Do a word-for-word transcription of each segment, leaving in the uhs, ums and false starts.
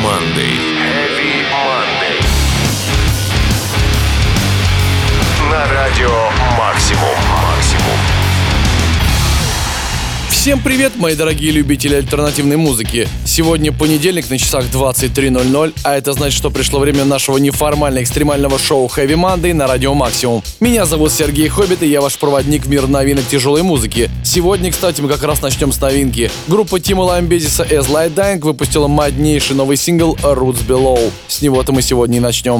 Monday. Heavy Monday. На радио Максимум. Максимум. Всем привет, мои дорогие любители альтернативной музыки. Сегодня понедельник, на часах двадцать три ноль ноль, а это значит, что пришло время нашего неформально-экстремального шоу Heavy Monday на радио Максимум. Меня зовут Сергей Хоббит, и я ваш проводник в мир новинок тяжелой музыки. Сегодня, кстати, мы как раз начнем с новинки. Группа Тима Ламбезиса As Light Dying выпустила моднейший новый сингл Roots Below. С него-то мы сегодня и начнем.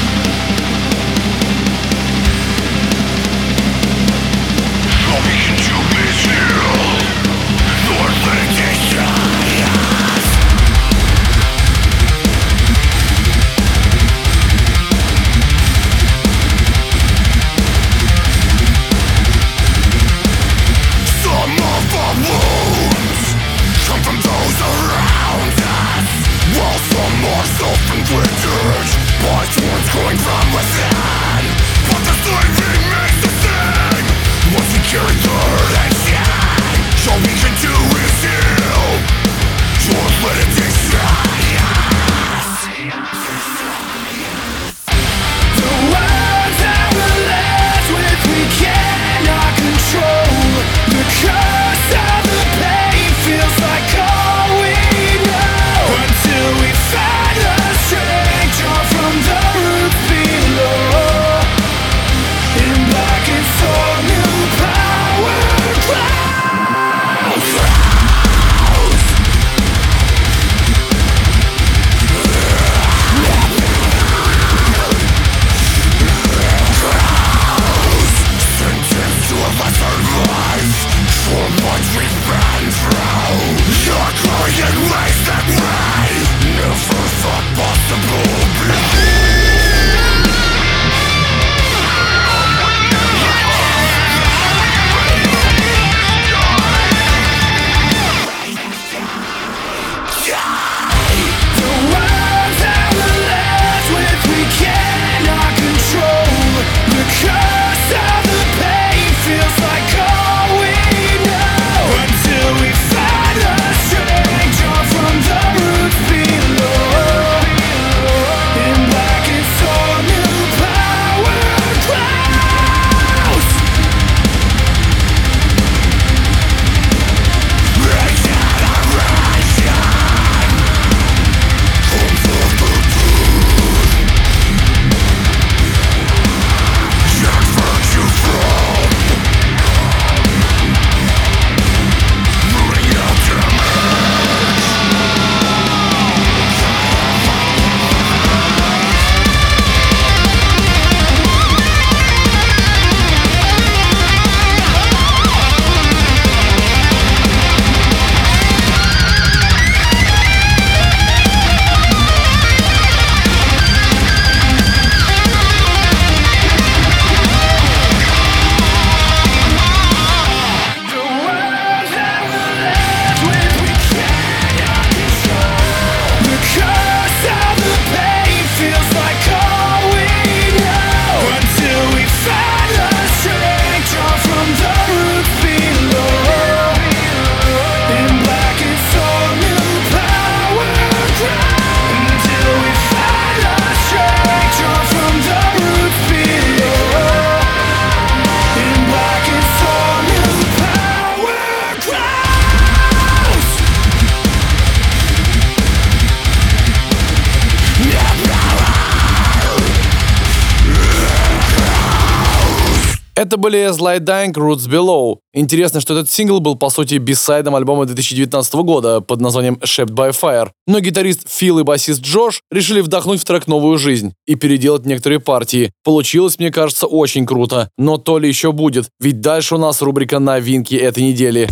Это были As Light Dying, Roots Below. Интересно, что этот сингл был, по сути, биссайдом альбома две тысячи девятнадцатого года под названием Shaped by Fire. Но гитарист Фил и басист Джош решили вдохнуть в трек новую жизнь и переделать некоторые партии. Получилось, мне кажется, очень круто. Но то ли еще будет, ведь дальше у нас рубрика новинки этой недели.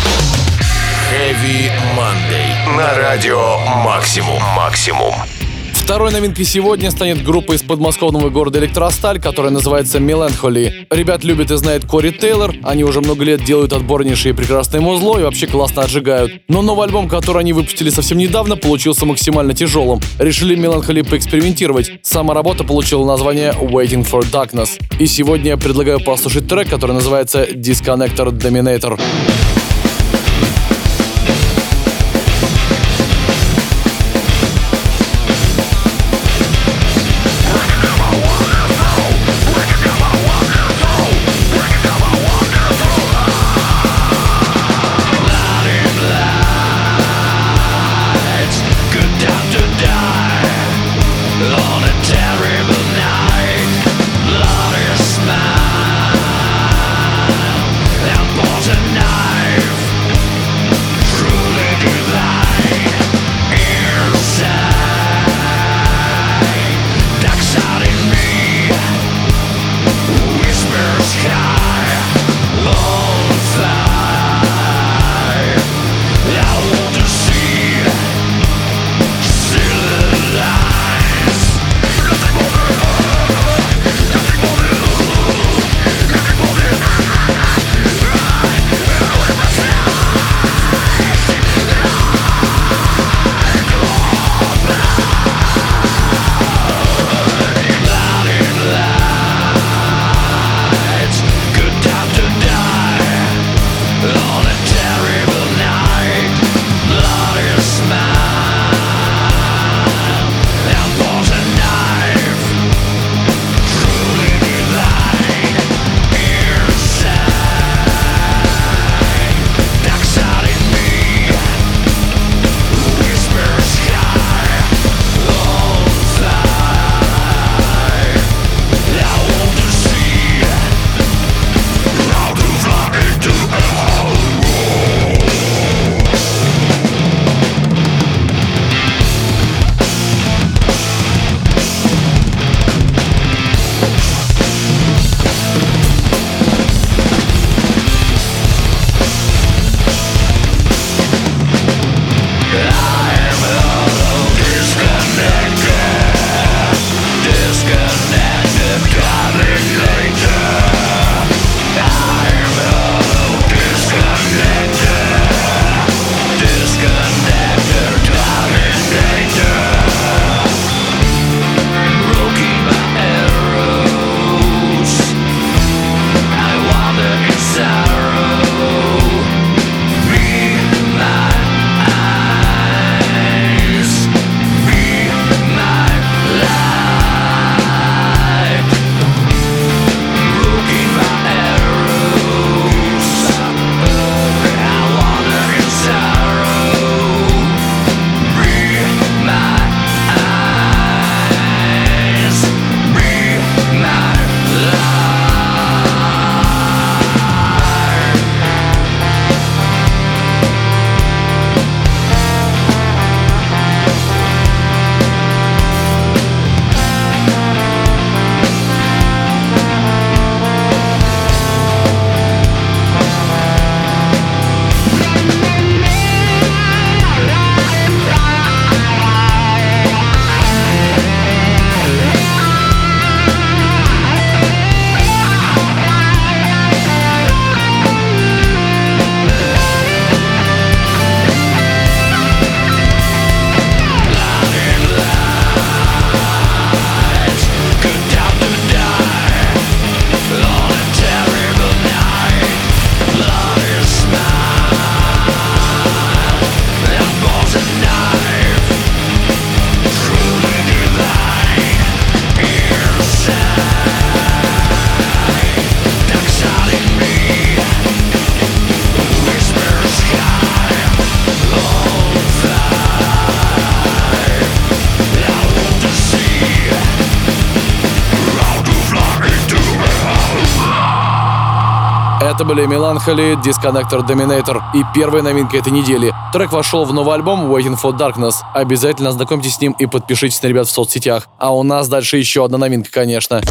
Heavy Monday. На радио Максимум. Максимум. Второй новинкой сегодня станет группа из подмосковного города Электросталь, которая называется Melancholy. Ребят любят и знают Кори Тейлор, они уже много лет делают отборнейшее и прекрасное музло и вообще классно отжигают. Но новый альбом, который они выпустили совсем недавно, получился максимально тяжелым. Решили Melancholy поэкспериментировать. Сама работа получила название Waiting for Darkness. И сегодня я предлагаю послушать трек, который называется Disconnector Dominator. Это были Melancholy, Disconnector, Dominator и первая новинка этой недели. Трек вошел в новый альбом Waiting for Darkness. Обязательно ознакомьтесь с ним и подпишитесь на ребят в соцсетях. А у нас дальше еще одна новинка, конечно.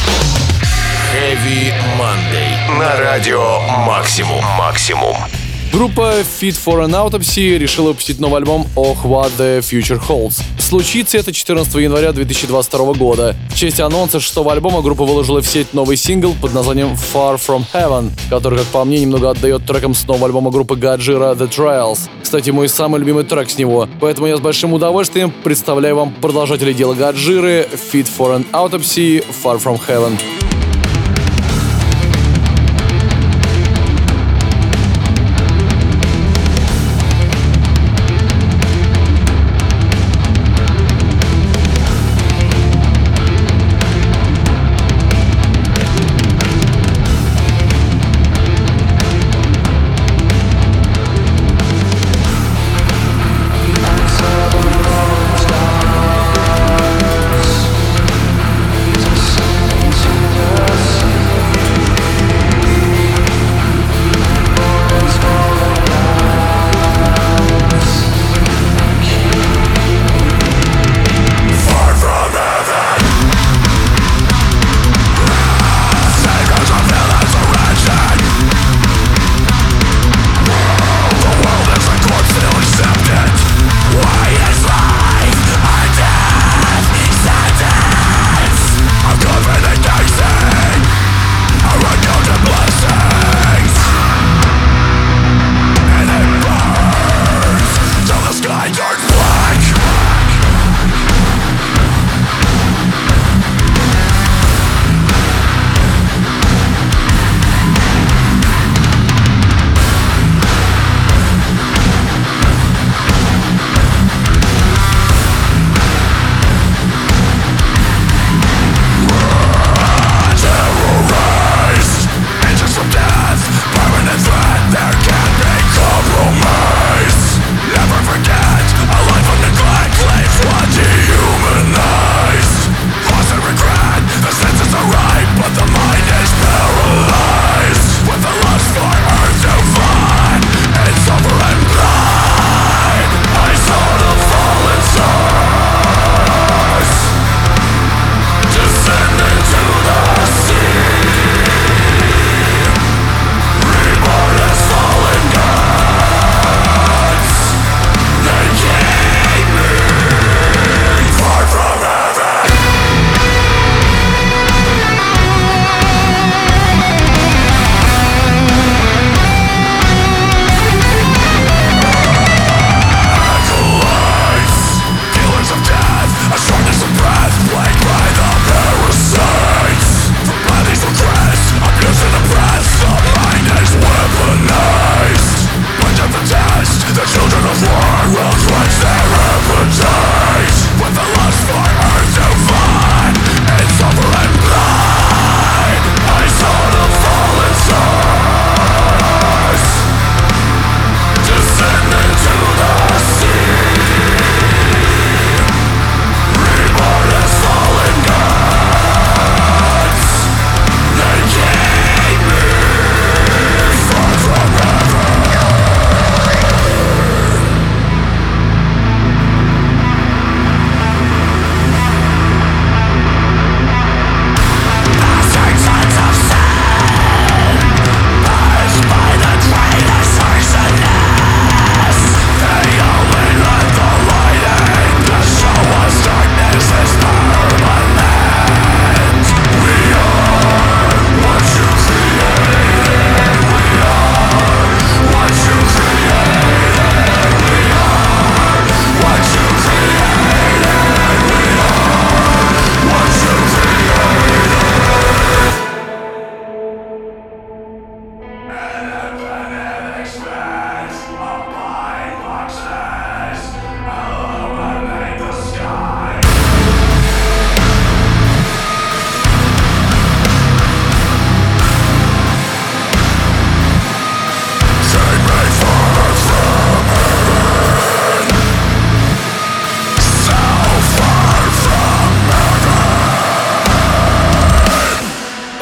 Heavy Monday на радио Максимум. Максимум. Группа Fit for an Autopsy решила выпустить новый альбом Oh What the Future Holds. Случится это четырнадцатого января две тысячи двадцать второго года. В честь анонса шестого альбома группа выложила в сеть новый сингл под названием Far From Heaven, который, как по мне, немного отдает трекам с нового альбома группы Gojira The Trials. Кстати, мой самый любимый трек с него, поэтому я с большим удовольствием представляю вам продолжателей дела Gojira, Fit for an Autopsy, Far From Heaven. To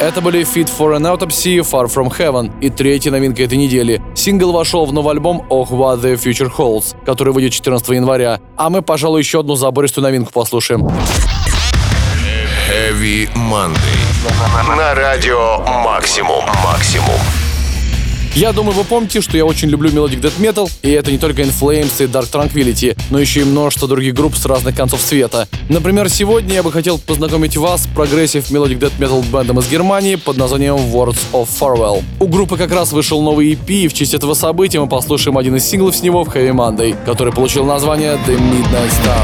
Это были Fit for an Autopsy, Far From Heaven и третья новинка этой недели. Сингл вошел в новый альбом Oh What The Future Holds, который выйдет четырнадцатого января. А мы, пожалуй, еще одну забористую новинку послушаем. Heavy Monday. На радио Максимум. Максимум. Я думаю, вы помните, что я очень люблю Melodic Death Metal, и это не только In Flames и Dark Tranquillity, но еще и множество других групп с разных концов света. Например, сегодня я бы хотел познакомить вас с прогрессив Melodic Death Metal бэндом из Германии под названием Words of Farewell. У группы как раз вышел новый и пи, и в честь этого события мы послушаем один из синглов с него в Heavy Monday, который получил название The Midnight Star.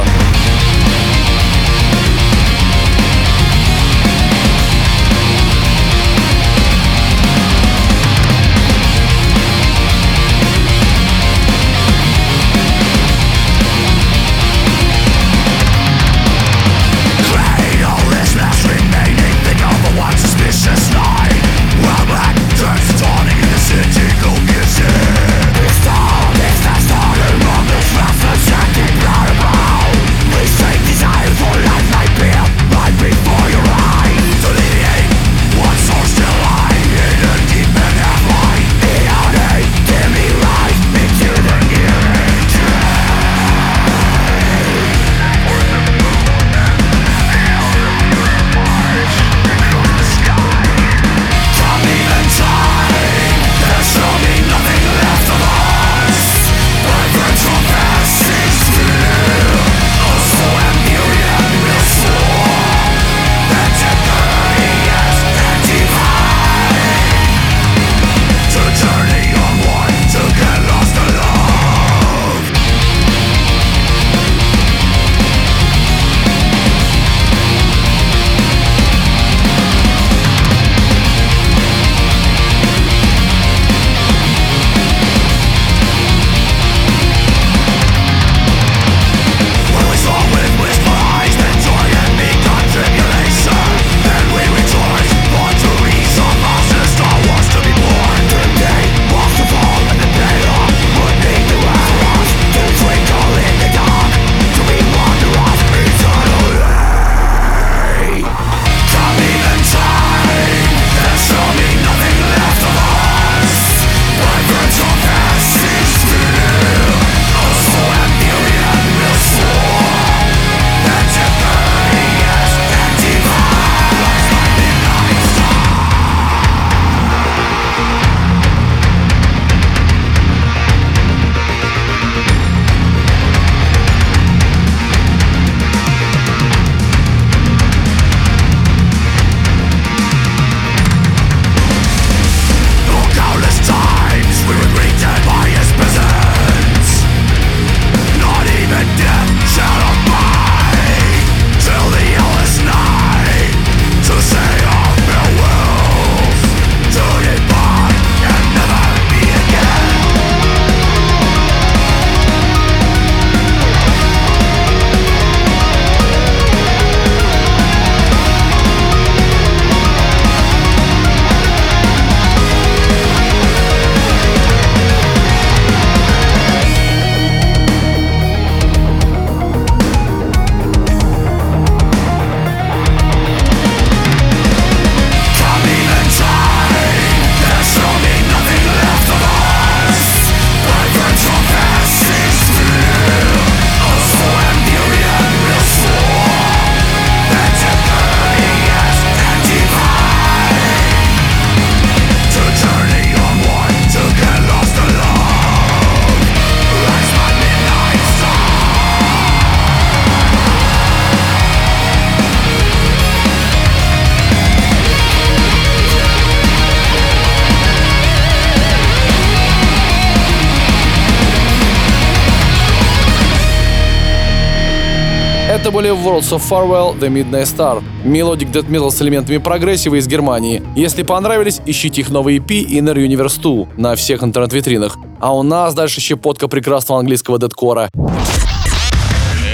Это были Words of Farewell, The Midnight Star. Melodic Death Metal с элементами прогрессива из Германии. Если понравились, ищите их новый и пи Inner Universe два на всех интернет-витринах. А у нас дальше щепотка прекрасного английского дэткора.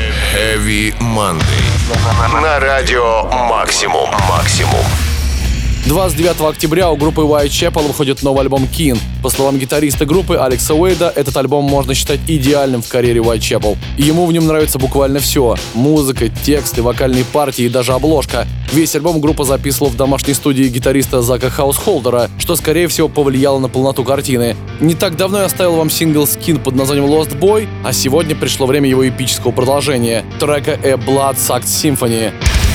Heavy Monday. На радио Максимум. Максимум. двадцать девятого октября у группы Whitechapel выходит новый альбом Kin. По словам гитариста группы Алекса Уэйда, этот альбом можно считать идеальным в карьере Whitechapel. И ему в нем нравится буквально все. Музыка, тексты, вокальные партии и даже обложка. Весь альбом группа записывала в домашней студии гитариста Зака Хаусхолдера, что, скорее всего, повлияло на полноту картины. Не так давно я оставил вам сингл Skin под названием Lost Boy, а сегодня пришло время его эпического продолжения — трека A Blood-Sucked Symphony.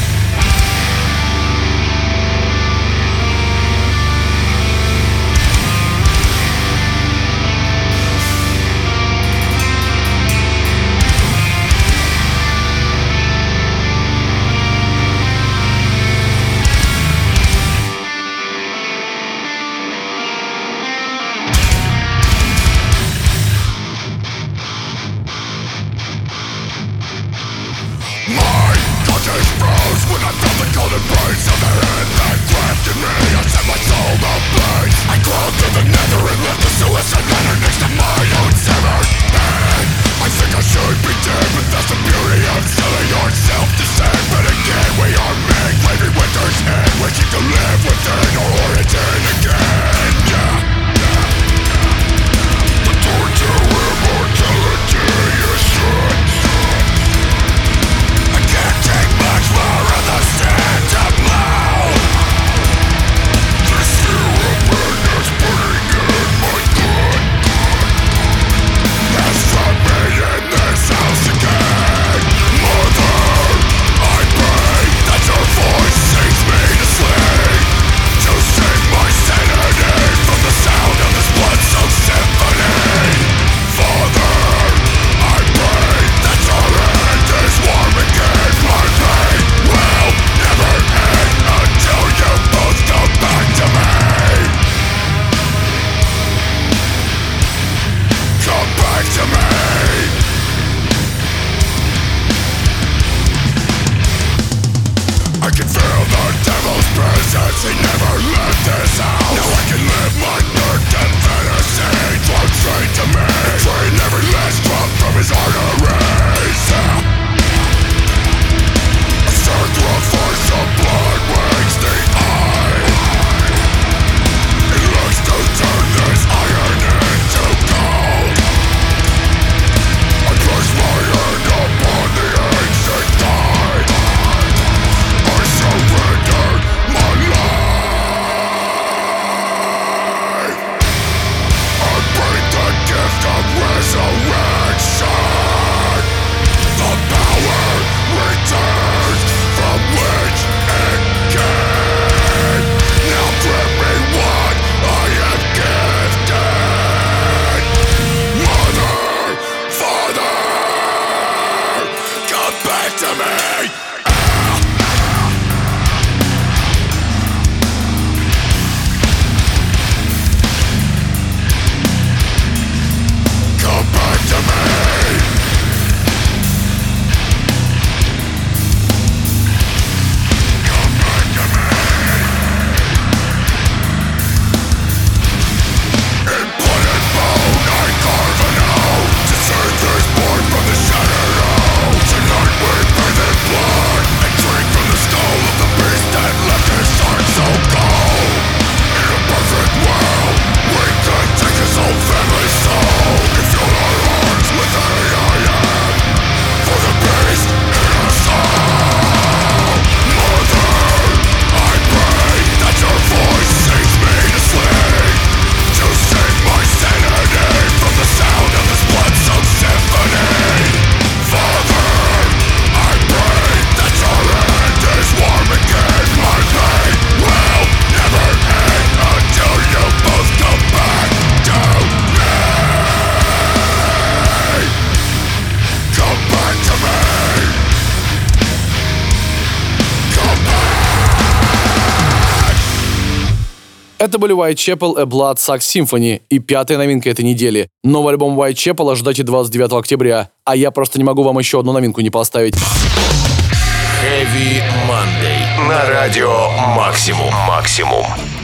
Это были Whitechapel A Blood-Sucked Symphony и пятая новинка этой недели. Новый альбом Whitechapel ждите двадцать девятого октября. А я просто не могу вам еще одну новинку не поставить. Heavy Monday на радио Максимум. Максимум.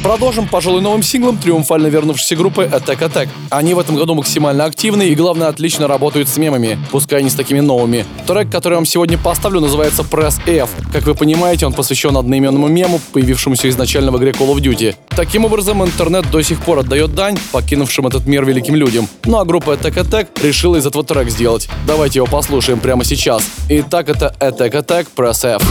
Продолжим, пожалуй, новым синглом триумфально вернувшейся группы Attack Attack. Они в этом году максимально активны и, главное, отлично работают с мемами, пускай не с такими новыми. Трек, который я вам сегодня поставлю, называется Press F. Как вы понимаете, он посвящен одноименному мему, появившемуся изначально в игре Call of Duty. Таким образом, интернет до сих пор отдает дань покинувшим этот мир великим людям. Ну а группа Attack Attack решила из этого трек сделать. Давайте его послушаем прямо сейчас. Итак, это Attack Attack Press F.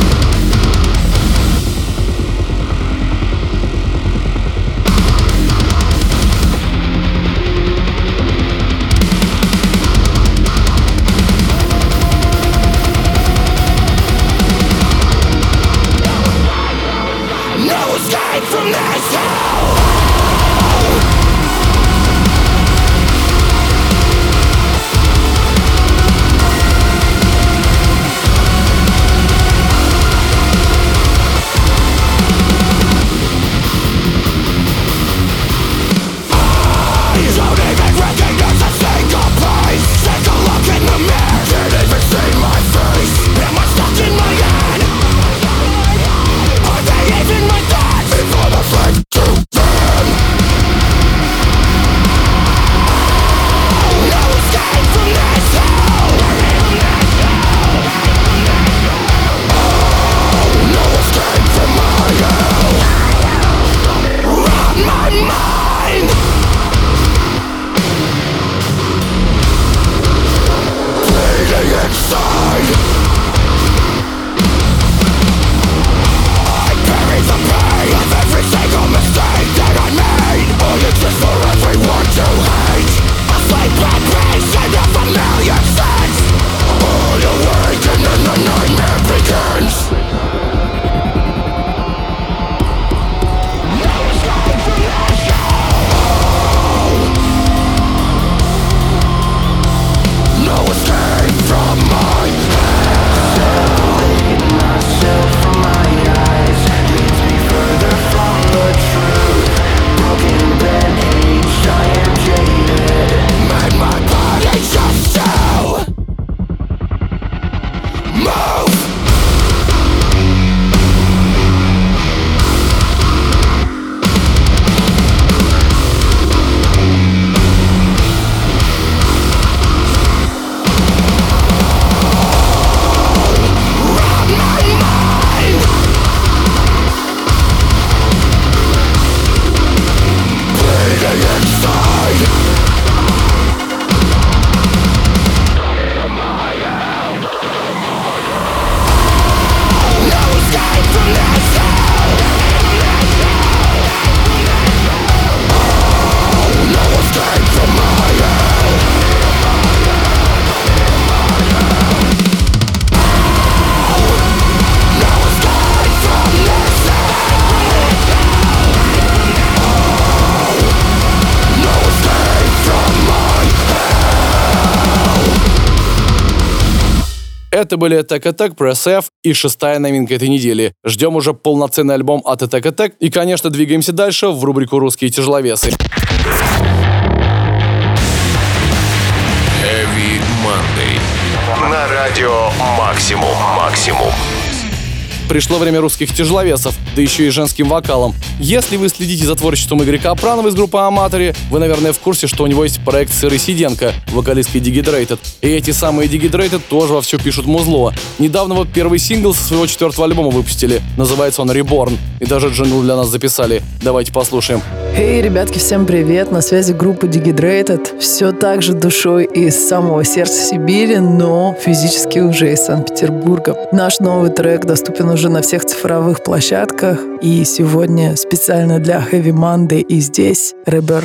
Это были Attack Attack, Press F и шестая новинка этой недели. Ждем уже полноценный альбом от Attack Attack и, конечно, двигаемся дальше в рубрику «Русские тяжеловесы». Heavy Monday. На радио Максимум. Максимум. Пришло время русских тяжеловесов, да еще и женским вокалом. Если вы следите за творчеством Игоря Капранова из группы Аматори, вы, наверное, в курсе, что у него есть проект с Ирой Сиденко, вокалисткой Dehydrated. И эти самые Dehydrated тоже вовсю пишут музло. Недавно вот первый сингл со своего четвертого альбома выпустили. Называется он Reborn. И даже джингл для нас записали. Давайте послушаем. Эй, hey, ребятки, всем привет! На связи группа Dehydrated. Все так же душой из самого сердца Сибири, но физически уже из Санкт-Петербурга. Наш новый трек доступен уже на всех цифровых площадках. И сегодня специально для Heavy Monday и здесь Reborn.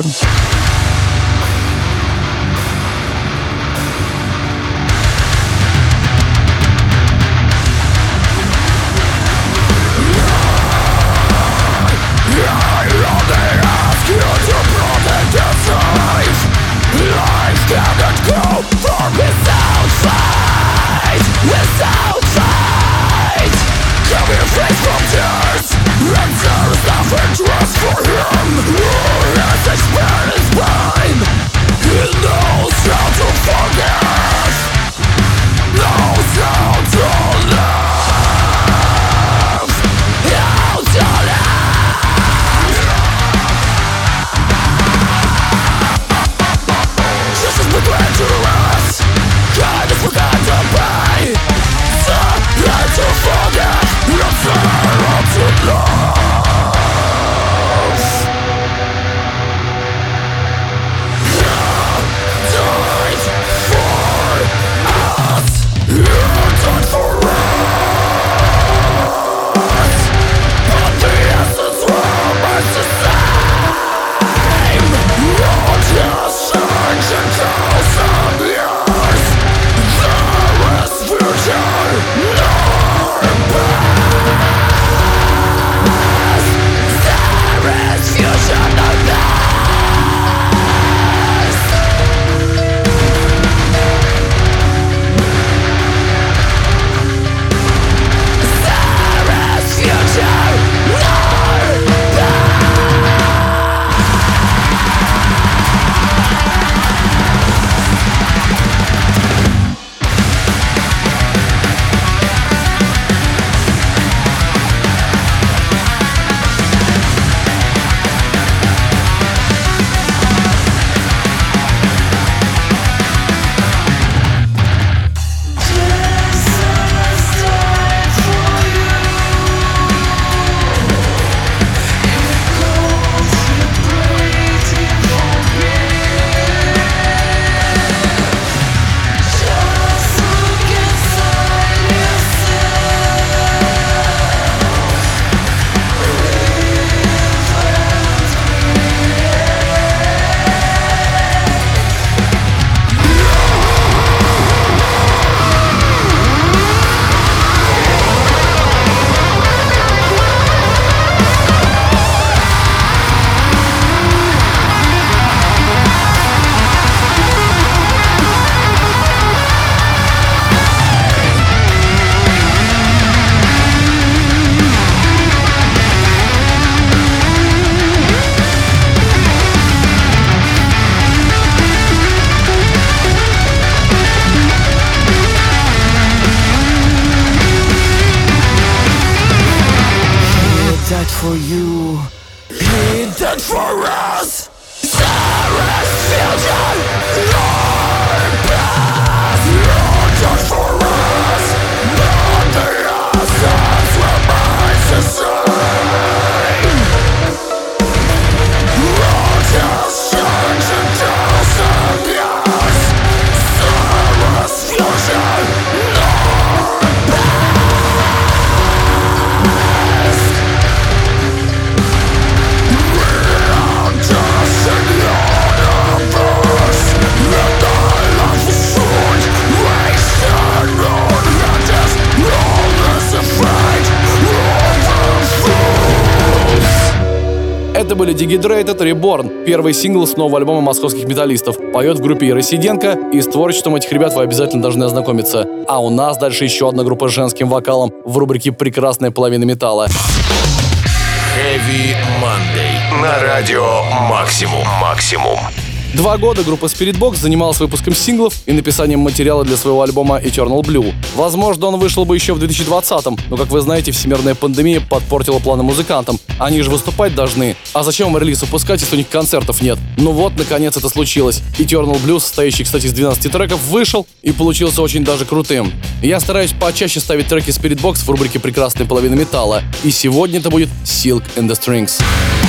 были Dehydrated Reborn, первый сингл с нового альбома московских металлистов. Поет в группе Ира Сиденко, и с творчеством этих ребят вы обязательно должны ознакомиться. А у нас дальше еще одна группа с женским вокалом в рубрике «Прекрасная половина металла». Heavy Monday на радио Максимум. Максимум. Два года группа Spirit Box занималась выпуском синглов и написанием материала для своего альбома Eternal Blue. Возможно, он вышел бы еще в две тысячи двадцатом, но, как вы знаете, всемирная пандемия подпортила планы музыкантам. Они же выступать должны. А зачем им релиз выпускать, если у них концертов нет? Ну вот, наконец, это случилось. Eternal Blue, состоящий, кстати, из двенадцати треков, вышел и получился очень даже крутым. Я стараюсь почаще ставить треки Spirit Box в рубрике «Прекрасная половина металла». И сегодня это будет Silk and the Strings.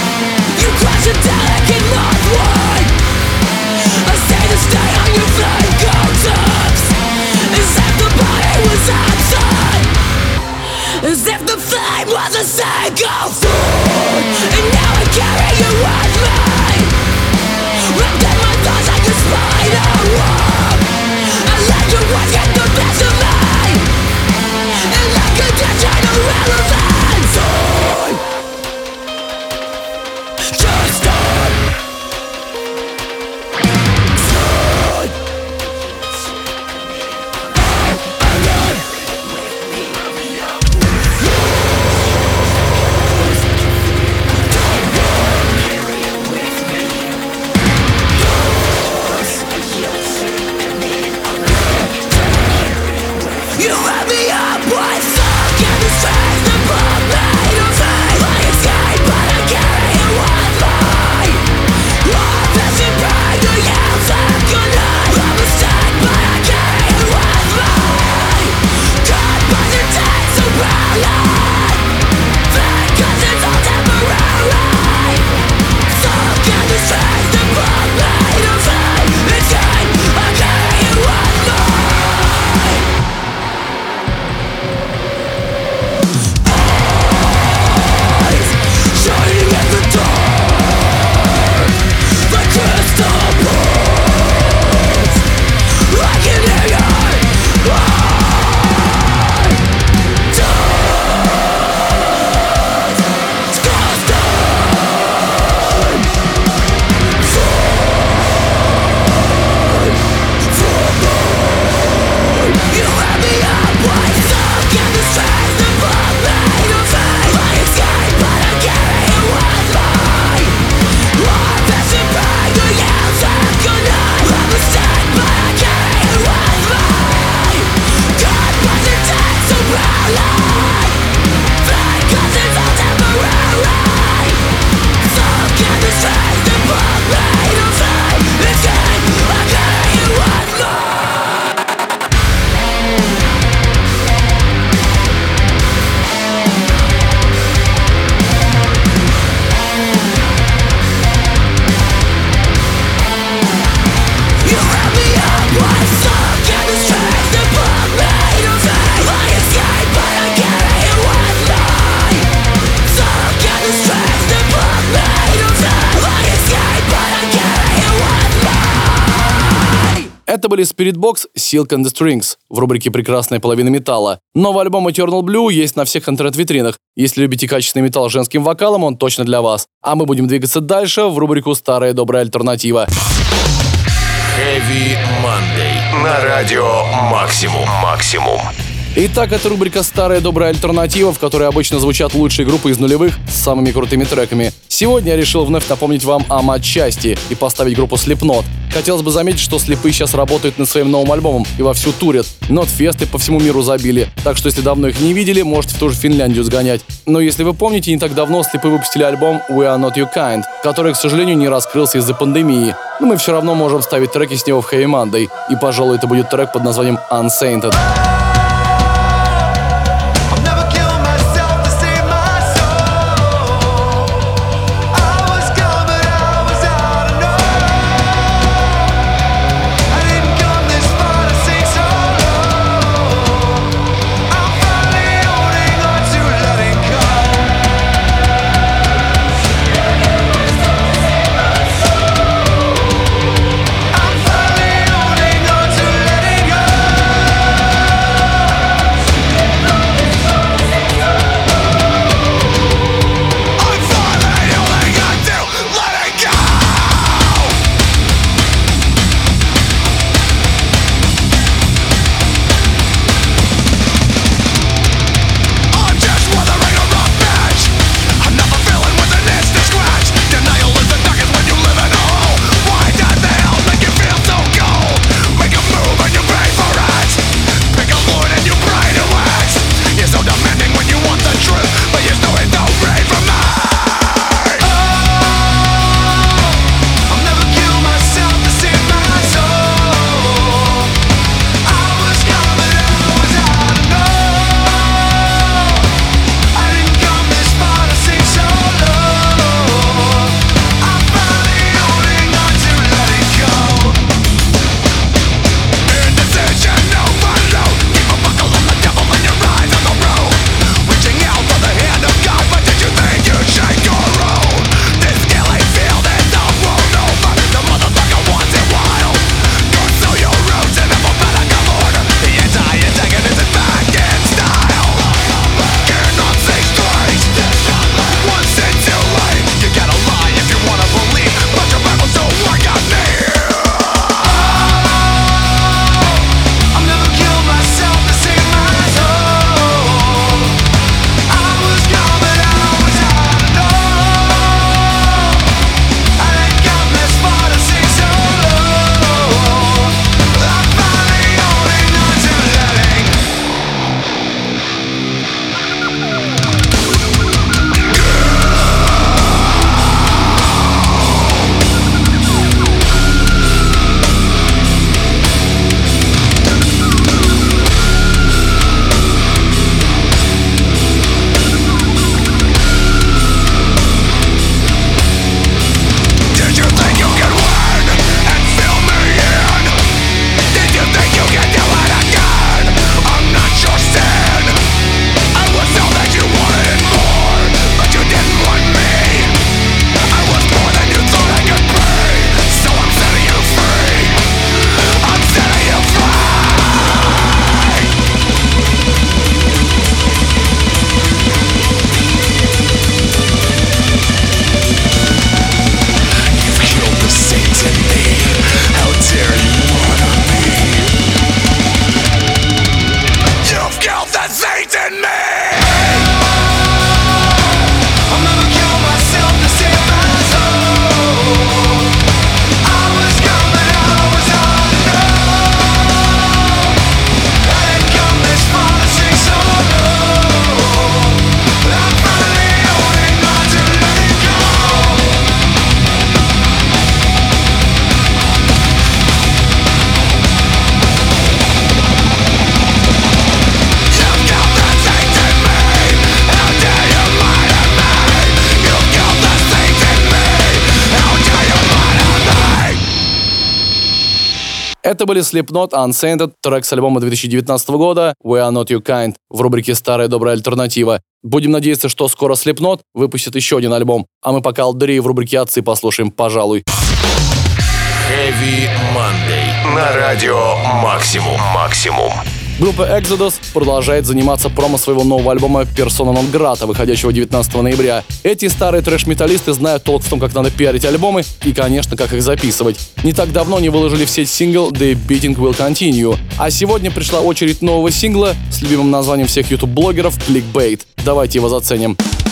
Stay on your flame coattails, as if the body was outside, as if the flame was a single food. And now I carry you with me, wrapped in my thoughts like a spider web. I let your words get the best of me, and like a dead irrelevance. Just stop. Это были Spirit Box, Silk and the Strings в рубрике «Прекрасная половина металла». Новый альбом Eternal Blue есть на всех интернет-витринах. Если любите качественный металл с женским вокалом, он точно для вас. А мы будем двигаться дальше в рубрику «Старая добрая альтернатива». Heavy Monday на радио Максимум. Максимум. Итак, это рубрика «Старая добрая альтернатива», в которой обычно звучат лучшие группы из нулевых с самыми крутыми треками. Сегодня я решил вновь напомнить вам о матчасти и поставить группу Slipknot. Хотелось бы заметить, что слепые сейчас работают над своим новым альбомом и вовсю турят. Нотфесты по всему миру забили, так что если давно их не видели, можете в ту же Финляндию сгонять. Но если вы помните, не так давно слепые выпустили альбом We Are Not Your Kind, который, к сожалению, не раскрылся из-за пандемии. Но мы все равно можем ставить треки с него в Heavy Monday, и, пожалуй, это будет трек под названием Unsainted. I'm finally holding on to letting go. Это были Slipknot, Unsainted, трек с альбома две тысячи девятнадцатого года We Are Not Your Kind в рубрике «Старая добрая альтернатива». Будем надеяться, что скоро Slipknot выпустит еще один альбом, а мы пока Алдери в рубрике «Отцы» послушаем, пожалуй. Heavy Monday на радио Максимум. Максимум. Группа Exodus продолжает заниматься промо своего нового альбома Persona Non Grata, выходящего девятнадцатого ноября. Эти старые трэш-металлисты знают толк в том, как надо пиарить альбомы и, конечно, как их записывать. Не так давно они выложили в сеть сингл The Beating Will Continue, а сегодня пришла очередь нового сингла с любимым названием всех ютуб-блогеров Clickbait. Давайте его заценим.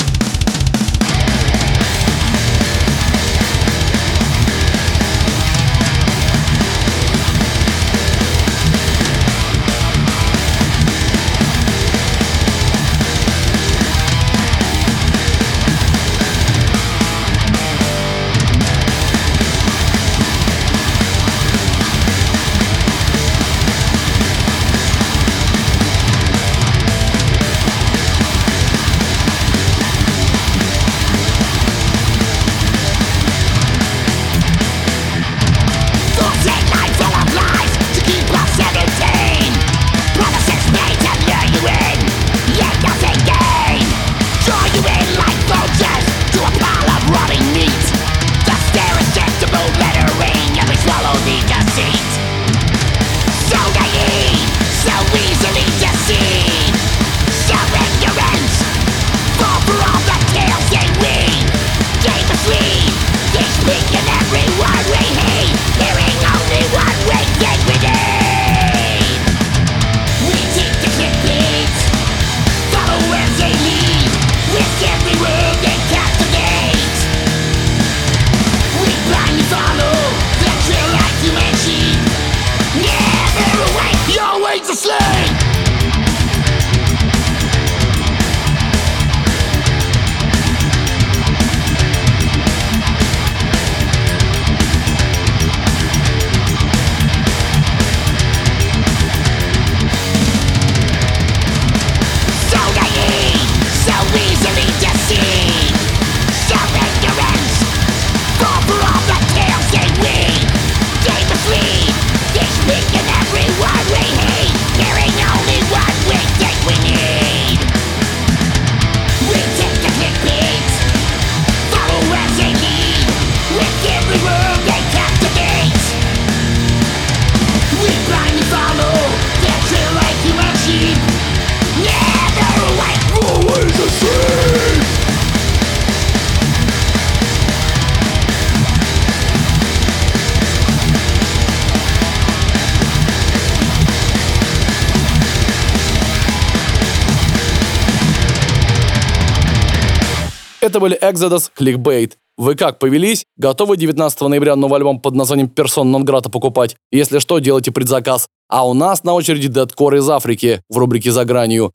Это были Exodus, Clickbait. Вы как, повелись? Готовы девятнадцатого ноября новый альбом под названием Persona Non Grata покупать? Если что, делайте предзаказ. А у нас на очереди дэткор из Африки в рубрике «За гранью».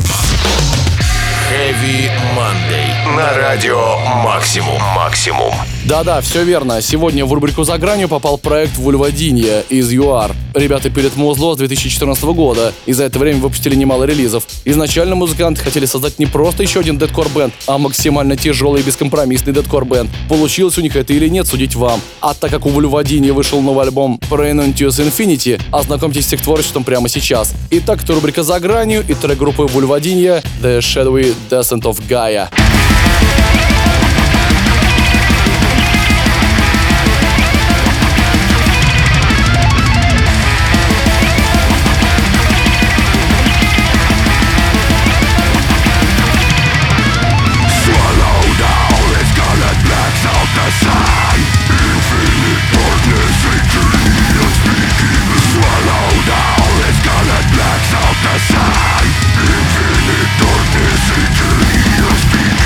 Heavy Monday на радио Максимум. Максимум. Да-да, все верно. Сегодня в рубрику «За гранью» попал проект Vulvodynia из ЮАР. Ребята пилят музло с две тысячи четырнадцатого года и за это время выпустили немало релизов. Изначально музыканты хотели создать не просто еще один дэткор-бэнд, а максимально тяжелый и бескомпромиссный дэткор-бэнд. Получилось у них это или нет, судить вам. А так как у Vulvodynia вышел новый альбом Pronuncius Infinity, ознакомьтесь с их творчеством прямо сейчас. Итак, это рубрика «За гранью» и трек группы Vulvodynia The Shadowy Descent of Gaia. Infinite darkness, a journey of speaking.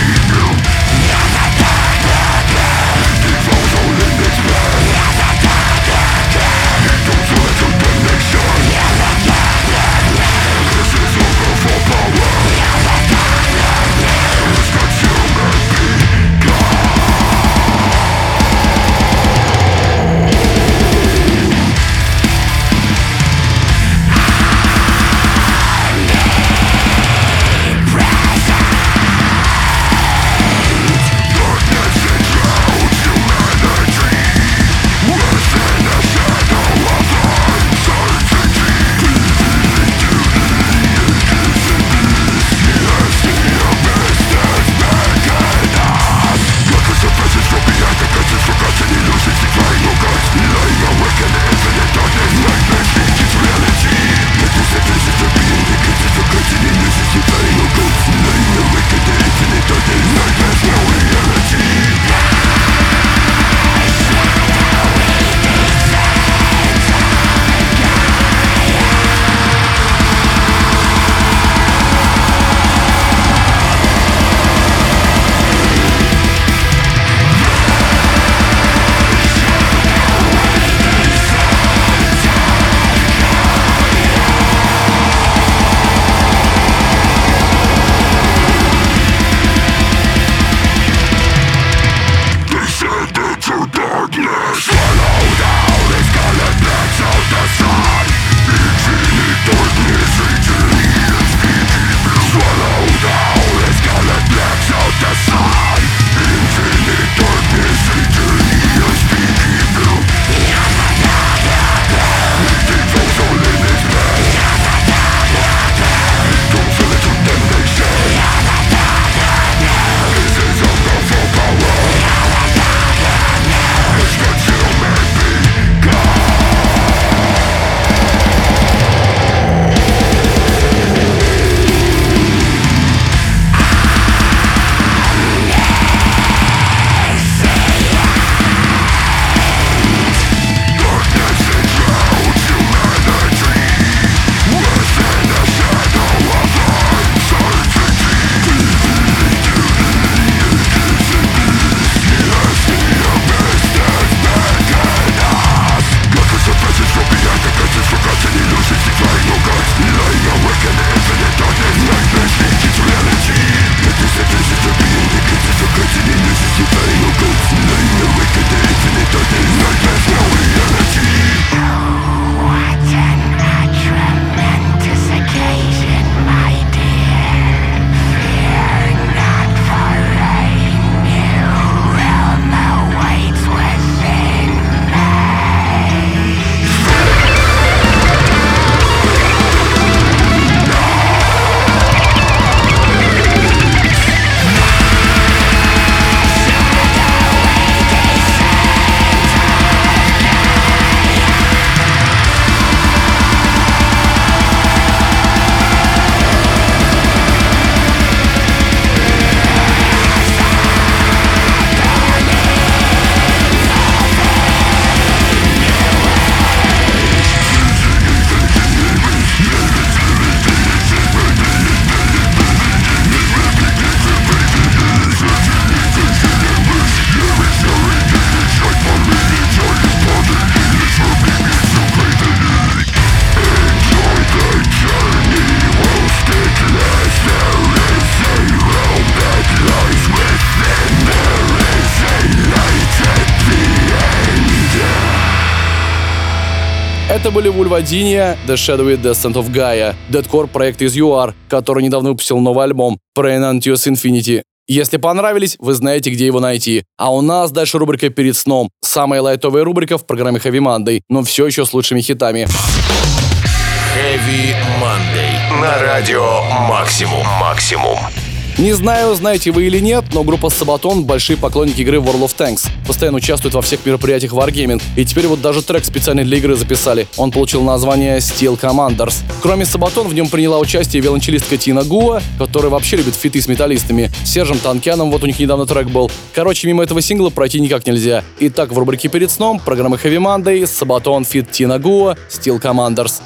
Это были Vulvodynia, The Shadowy Descent of Gaia, дэткор проект из ЮАР, который недавно выпустил новый альбом Prenantius Infinity. Если понравились, вы знаете, где его найти. А у нас дальше рубрика «Перед сном». Самая лайтовая рубрика в программе Heavy Monday, но все еще с лучшими хитами. Heavy Monday. На радио Максимум. Максимум. Не знаю, знаете вы или нет, но группа Sabaton — большие поклонники игры World of Tanks. Постоянно участвуют во всех мероприятиях Wargaming. И теперь вот даже трек специально для игры записали. Он получил название Steel Commanders. Кроме Sabaton, в нем приняла участие виолончелистка Тина Гуа, которая вообще любит фиты с металлистами. С Сержем Танкяном, вот у них недавно трек был. Короче, мимо этого сингла пройти никак нельзя. Итак, в рубрике «Перед сном» программы Heavy Monday, Sabaton фит Тина Гуа, Steel Commanders.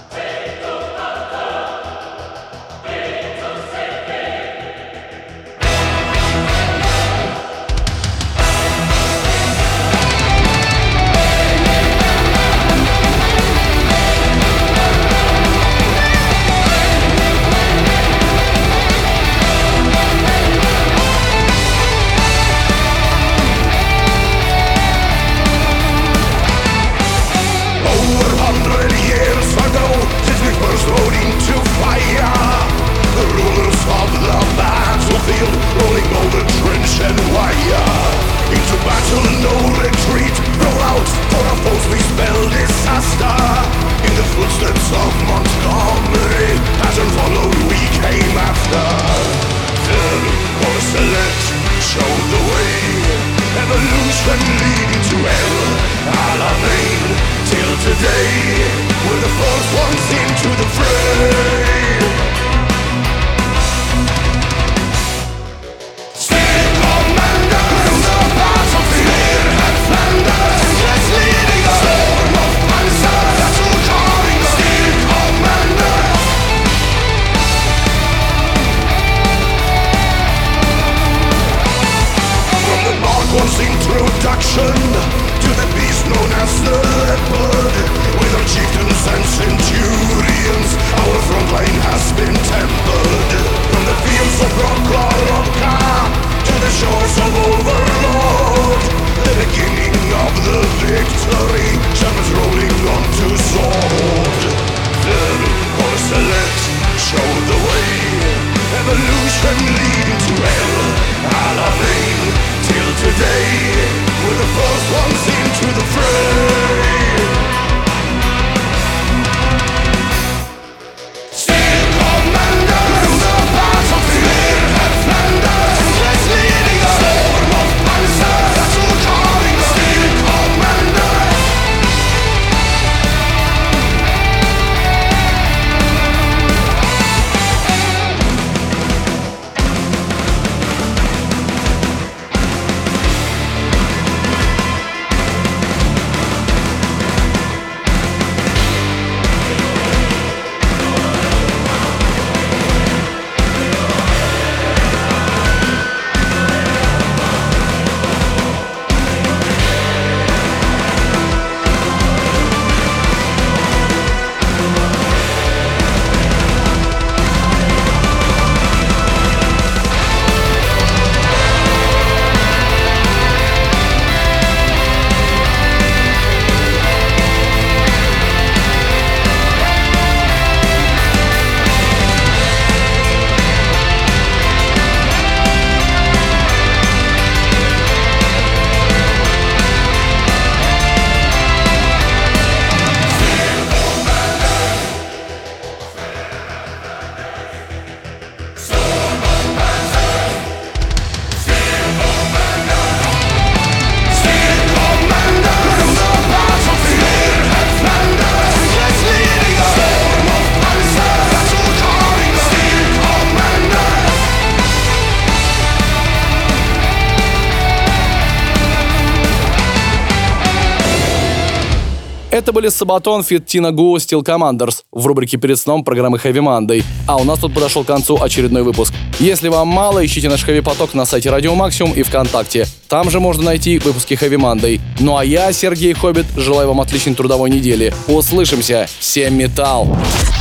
Это были Sabaton фит Тина Гуа, Steel Commanders в рубрике «Перед сном» программы Heavy Monday. А у нас тут подошел к концу очередной выпуск. Если вам мало, ищите наш Heavy поток на сайте Радио Максимум и ВКонтакте. Там же можно найти выпуски Heavy Monday. Ну а я, Сергей Хоббит, желаю вам отличной трудовой недели. Услышимся! Всем металл!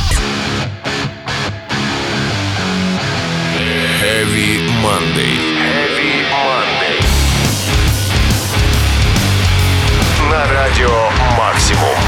Heavy Monday. Heavy Monday. На радио Максимум.